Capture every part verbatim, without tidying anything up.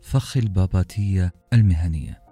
فخ الباباتية المهنية.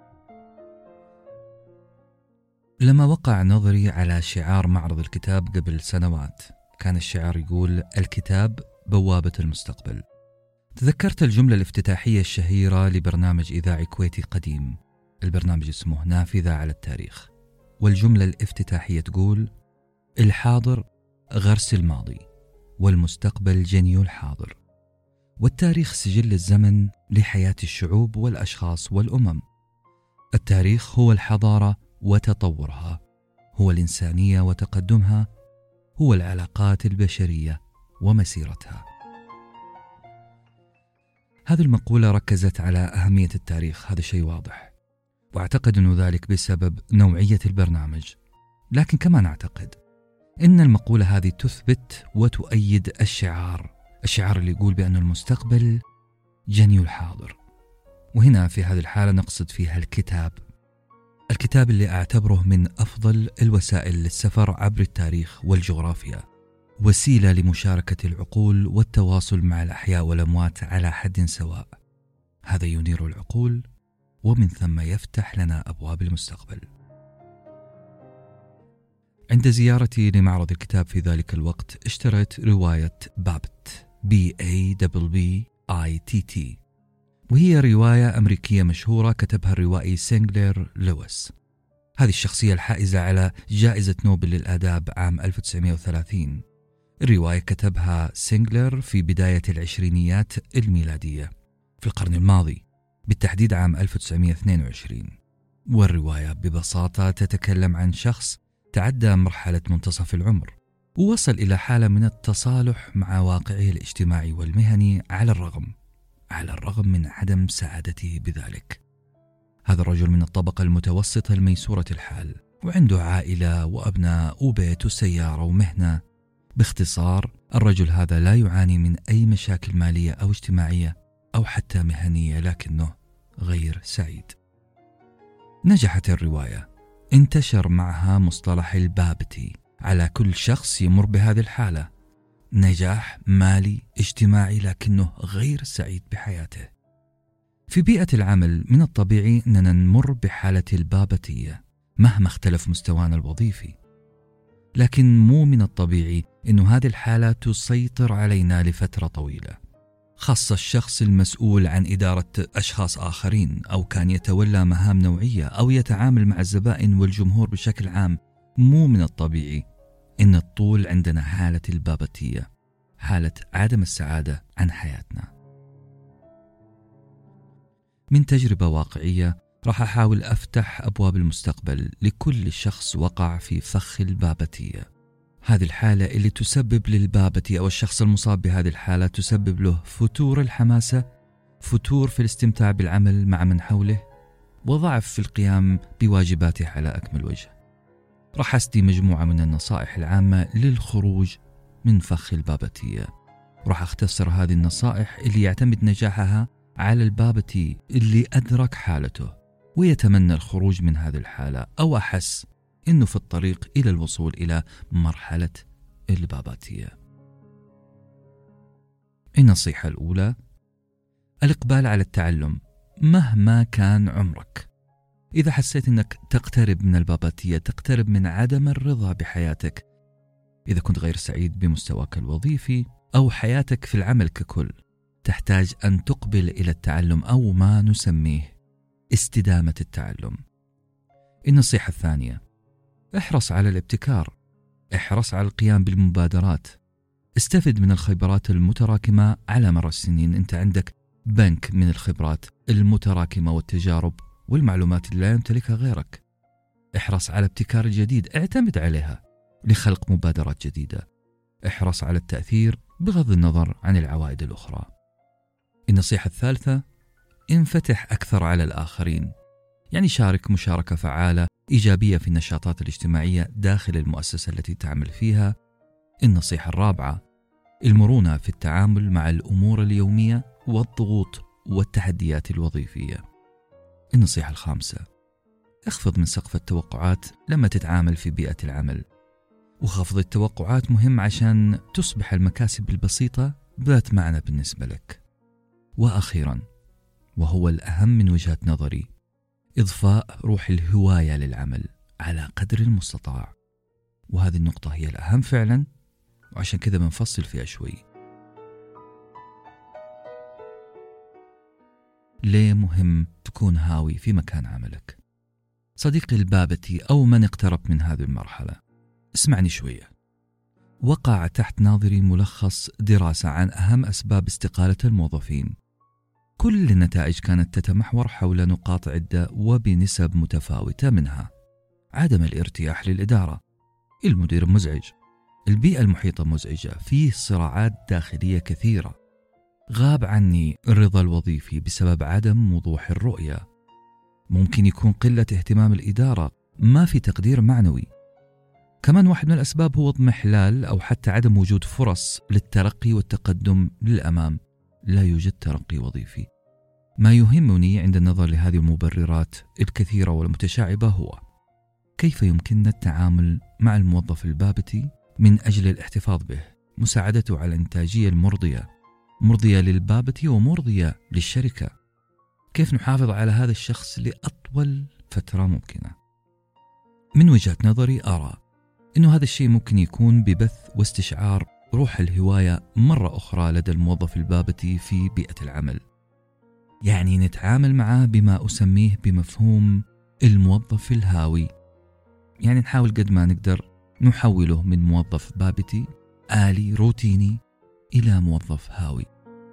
لما وقع نظري على شعار معرض الكتاب قبل سنوات، كان الشعار يقول: الكتاب بوابة المستقبل. تذكرت الجملة الافتتاحية الشهيرة لبرنامج إذاعي كويتي قديم، البرنامج اسمه نافذة على التاريخ، والجملة الافتتاحية تقول: الحاضر غرس الماضي، والمستقبل جني الحاضر، والتاريخ سجل الزمن لحياة الشعوب والأشخاص والأمم. التاريخ هو الحضارة وتطورها، هو الإنسانية وتقدمها، هو العلاقات البشرية ومسيرتها. هذه المقولة ركزت على أهمية التاريخ، هذا شيء واضح، وأعتقد أن ذلك بسبب نوعية البرنامج. لكن كمان أعتقد إن المقولة هذه تثبت وتؤيد الشعار الشعار اللي يقول بأن المستقبل جني الحاضر. وهنا في هذه الحالة نقصد فيها الكتاب الكتاب اللي أعتبره من أفضل الوسائل للسفر عبر التاريخ والجغرافيا، وسيلة لمشاركة العقول والتواصل مع الأحياء والأموات على حد سواء. هذا ينير العقول، ومن ثم يفتح لنا أبواب المستقبل. عند زيارتي لمعرض الكتاب في ذلك الوقت، اشتريت رواية بابت بي إيه بي بي آي تي تي، وهي رواية أمريكية مشهورة كتبها الروائي سينغلير لويس. هذه الشخصية الحائزة على جائزة نوبل للآداب عام ألف وتسعمائة وثلاثين. الرواية كتبها سينغلير في بداية العشرينيات الميلادية في القرن الماضي، بالتحديد عام ألف وتسعمائة واثنين وعشرين. والرواية ببساطة تتكلم عن شخص تعدى مرحلة منتصف العمر، ووصل إلى حالة من التصالح مع واقعه الاجتماعي والمهني على الرغم على الرغم من عدم سعادته بذلك. هذا الرجل من الطبقة المتوسطة الميسورة الحال، وعنده عائلة وأبناء وبيت وسيارة ومهنة. باختصار، الرجل هذا لا يعاني من أي مشاكل مالية أو اجتماعية أو حتى مهنية، لكنه غير سعيد. نجحت الرواية، انتشر معها مصطلح البابتي على كل شخص يمر بهذه الحالة: نجاح مالي اجتماعي لكنه غير سعيد بحياته. في بيئة العمل من الطبيعي أننا نمر بحالة البابتية مهما اختلف مستوانا الوظيفي، لكن مو من الطبيعي أن هذه الحالة تسيطر علينا لفترة طويلة، خاصة الشخص المسؤول عن إدارة أشخاص آخرين، أو كان يتولى مهام نوعية، أو يتعامل مع الزبائن والجمهور بشكل عام. مو من الطبيعي إن الطول عندنا حالة البابتية، حالة عدم السعادة عن حياتنا. من تجربة واقعية راح أحاول أفتح أبواب المستقبل لكل شخص وقع في فخ البابتية. هذه الحالة اللي تسبب للبابتي أو الشخص المصاب بهذه الحالة تسبب له فتور الحماسة، فتور في الاستمتاع بالعمل مع من حوله، وضعف في القيام بواجباته على أكمل وجه. راح أسدي مجموعة من النصائح العامة للخروج من فخ البابتية. راح أختصر هذه النصائح اللي يعتمد نجاحها على البابتي اللي أدرك حالته ويتمنى الخروج من هذه الحالة، أو أحس إنه في الطريق إلى الوصول إلى مرحلة البابتية. النصيحة الأولى: الإقبال على التعلم مهما كان عمرك. إذا حسيت أنك تقترب من البابتية، تقترب من عدم الرضا بحياتك، إذا كنت غير سعيد بمستواك الوظيفي أو حياتك في العمل ككل، تحتاج أن تقبل إلى التعلم، أو ما نسميه استدامة التعلم. النصيحة الثانية: احرص على الابتكار، احرص على القيام بالمبادرات، استفد من الخبرات المتراكمة على مر السنين. أنت عندك بنك من الخبرات المتراكمة والتجارب والمعلومات اللي لا يمتلكها غيرك. احرص على ابتكار الجديد، اعتمد عليها لخلق مبادرات جديدة. احرص على التأثير بغض النظر عن العوائد الأخرى. النصيحة الثالثة: انفتح أكثر على الآخرين، يعني شارك مشاركة فعالة إيجابية في النشاطات الاجتماعية داخل المؤسسة التي تعمل فيها. النصيحة الرابعة: المرونة في التعامل مع الأمور اليومية والضغوط والتحديات الوظيفية. النصيحة الخامسة: اخفض من سقف التوقعات لما تتعامل في بيئة العمل، وخفض التوقعات مهم عشان تصبح المكاسب البسيطة ذات معنى بالنسبة لك. وأخيرا، وهو الأهم من وجهة نظري: إضفاء روح الهواية للعمل على قدر المستطاع. وهذه النقطة هي الأهم فعلا، وعشان كذا بنفصل فيها شوي. ليه مهم تكون هاوي في مكان عملك؟ صديقي البابتي أو من اقترب من هذه المرحلة، اسمعني شوية. وقع تحت ناظري ملخص دراسة عن أهم أسباب استقالة الموظفين. كل النتائج كانت تتمحور حول نقاط عدة وبنسب متفاوتة، منها عدم الارتياح للإدارة، المدير مزعج، البيئة المحيطة مزعجة، فيه صراعات داخلية كثيرة، غاب عني الرضا الوظيفي بسبب عدم وضوح الرؤية، ممكن يكون قلة اهتمام الإدارة، ما في تقدير معنوي. كمان واحد من الأسباب هو اضمحلال أو حتى عدم وجود فرص للترقي والتقدم للأمام، لا يوجد ترقي وظيفي. ما يهمني عند النظر لهذه المبررات الكثيرة والمتشعبة هو كيف يمكننا التعامل مع الموظف البابتي من أجل الاحتفاظ به، مساعدته على الإنتاجية المرضية، مرضية للبابتي ومرضية للشركة. كيف نحافظ على هذا الشخص لأطول فترة ممكنة؟ من وجهة نظري أرى إنه هذا الشيء ممكن يكون ببث واستشعار روح الهواية مرة أخرى لدى الموظف البابتي في بيئة العمل. يعني نتعامل معه بما أسميه بمفهوم الموظف الهاوي. يعني نحاول قد ما نقدر نحوله من موظف بابتي آلي روتيني إلى موظف هاوي.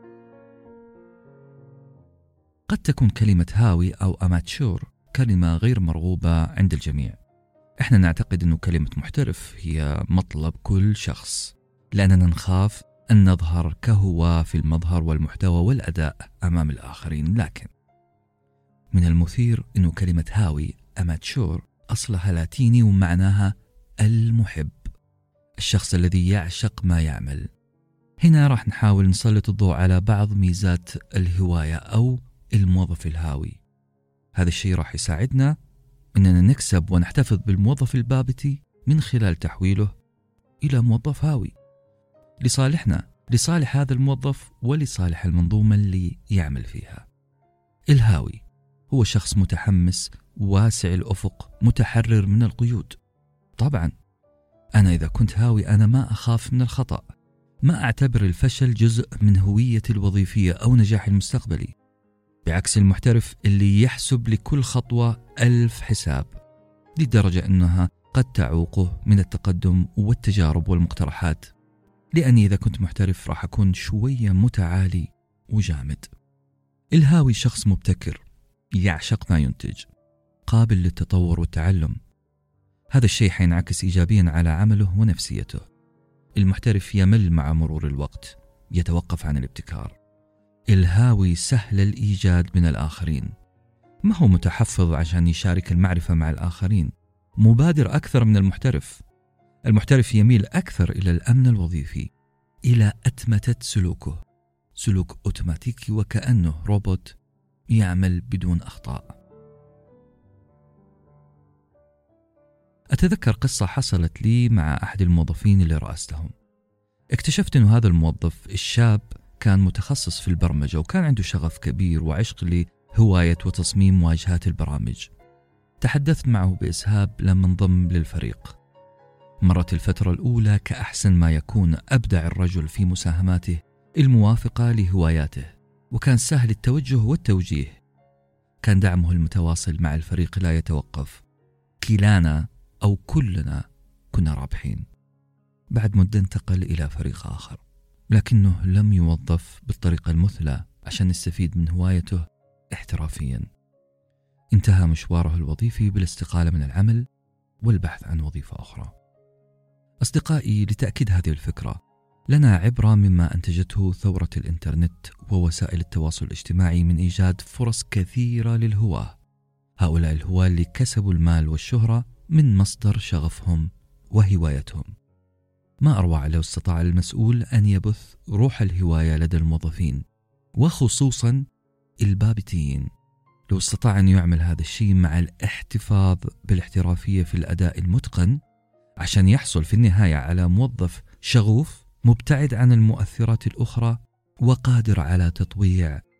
قد تكون كلمة هاوي أو أماتشور كلمة غير مرغوبة عند الجميع. إحنا نعتقد أنه كلمة محترف هي مطلب كل شخص، لأننا نخاف أن نظهر كهواة في المظهر والمحتوى والأداء أمام الآخرين. لكن من المثير أنه كلمة هاوي أماتشور أصلها لاتيني ومعناها المحب، الشخص الذي يعشق ما يعمل. هنا راح نحاول نسلط الضوء على بعض ميزات الهواية أو الموظف الهاوي. هذا الشيء راح يساعدنا أننا نكسب ونحتفظ بالموظف البابتي من خلال تحويله إلى موظف هاوي لصالحنا، لصالح هذا الموظف ولصالح المنظومة اللي يعمل فيها. الهاوي هو شخص متحمس، واسع الأفق، متحرر من القيود. طبعا أنا إذا كنت هاوي أنا ما أخاف من الخطأ، ما أعتبر الفشل جزء من هويتي الوظيفية أو نجاحي المستقبلي، بعكس المحترف اللي يحسب لكل خطوة ألف حساب، لدرجة أنها قد تعوقه من التقدم والتجارب والمقترحات. لأني إذا كنت محترف راح أكون شوية متعالي وجامد. الهاوي شخص مبتكر، يعشق ما ينتج، قابل للتطور والتعلم. هذا الشيء حينعكس إيجابيا على عمله ونفسيته. المحترف يمل مع مرور الوقت، يتوقف عن الابتكار. الهاوي سهل الإيجاد من الآخرين، ما هو متحفظ عشان يشارك المعرفة مع الآخرين، مبادر أكثر من المحترف. المحترف يميل أكثر إلى الأمن الوظيفي، إلى أتمتة سلوكه، سلوك أوتوماتيكي وكأنه روبوت يعمل بدون أخطاء. أتذكر قصة حصلت لي مع أحد الموظفين اللي رأستهم. اكتشفت أن هذا الموظف الشاب كان متخصص في البرمجة، وكان عنده شغف كبير وعشق لهواية وتصميم واجهات البرامج. تحدثت معه بإسهاب لما انضم للفريق. مرت الفترة الأولى كأحسن ما يكون. أبدع الرجل في مساهماته الموافقة لهواياته، وكان سهل التوجه والتوجيه. كان دعمه المتواصل مع الفريق لا يتوقف. كلانا أو كلنا كنا رابحين. بعد مدة انتقل إلى فريق آخر، لكنه لم يوظف بالطريقة المثلى عشان نستفيد من هوايته احترافيا. انتهى مشواره الوظيفي بالاستقالة من العمل والبحث عن وظيفة أخرى. أصدقائي، لتأكيد هذه الفكرة، لنا عبرة مما أنتجته ثورة الإنترنت ووسائل التواصل الاجتماعي من إيجاد فرص كثيرة للهواة. هؤلاء الهواة اللي كسبوا المال والشهرة من مصدر شغفهم وهوايتهم. ما أروع لو استطاع المسؤول أن يبث روح الهواية لدى الموظفين، وخصوصا البابتيين. لو استطاع أن يعمل هذا الشيء مع الاحتفاظ بالاحترافية في الأداء المتقن، عشان يحصل في النهاية على موظف شغوف مبتعد عن المؤثرات الأخرى وقادر على تطويع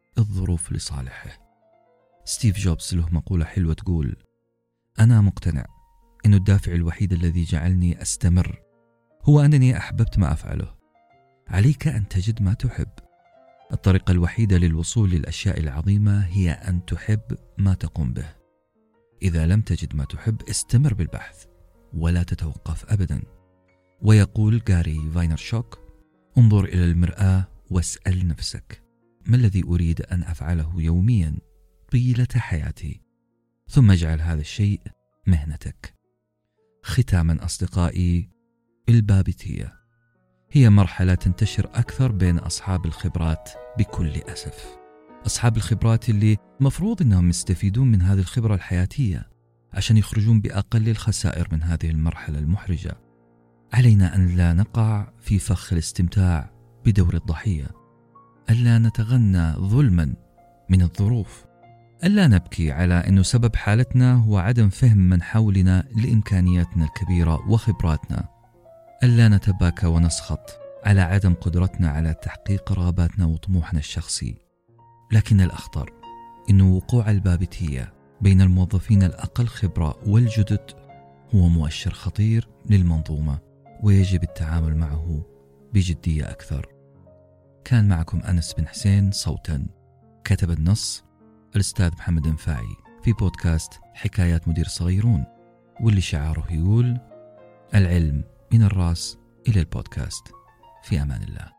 الظروف لصالحه. ستيف جوبز له مقولة حلوة تقول: أنا مقتنع أن الدافع الوحيد الذي جعلني أستمر هو أنني أحببت ما أفعله. عليك أن تجد ما تحب. الطريقة الوحيدة للوصول للأشياء العظيمة هي أن تحب ما تقوم به. إذا لم تجد ما تحب استمر بالبحث ولا تتوقف أبدا. ويقول غاري فاينرشوك: انظر إلى المرآة واسأل نفسك ما الذي أريد أن أفعله يوميا طيلة حياتي، ثم اجعل هذا الشيء مهنتك. ختاما أصدقائي، البابتية هي مرحلة تنتشر أكثر بين أصحاب الخبرات بكل أسف. أصحاب الخبرات اللي مفروض أنهم يستفيدون من هذه الخبرة الحياتية عشان يخرجون بأقل الخسائر من هذه المرحلة المحرجة. علينا أن لا نقع في فخ الاستمتاع بدور الضحية، ألا نتغنى ظلما من الظروف، ألا نبكي على أن سبب حالتنا هو عدم فهم من حولنا لإمكانياتنا الكبيرة وخبراتنا، ألا نتباكى ونسخط على عدم قدرتنا على تحقيق رغباتنا وطموحنا الشخصي. لكن الأخطر أن وقوع البابتية بين الموظفين الأقل خبرة والجدد هو مؤشر خطير للمنظومة، ويجب التعامل معه بجدية أكثر. كان معكم أنس بن حسين صوتا، كتب النص الأستاذ محمد انفاعي في بودكاست حكايات مدير صغيرون، واللي شعاره يقول: العلم من الراس إلى البودكاست. في أمان الله.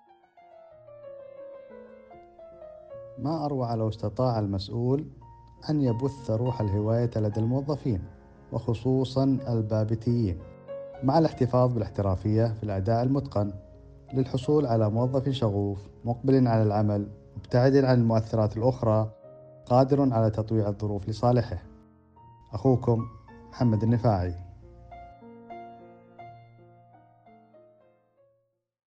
ما أروع لو استطاع المسؤول أن يبث روح الهواية لدى الموظفين وخصوصا البابتيين، مع الاحتفاظ بالاحترافية في الأداء المتقن للحصول على موظف شغوف مقبل على العمل مبتعد عن المؤثرات الأخرى قادر على تطويع الظروف لصالحه. أخوكم محمد النفاعي.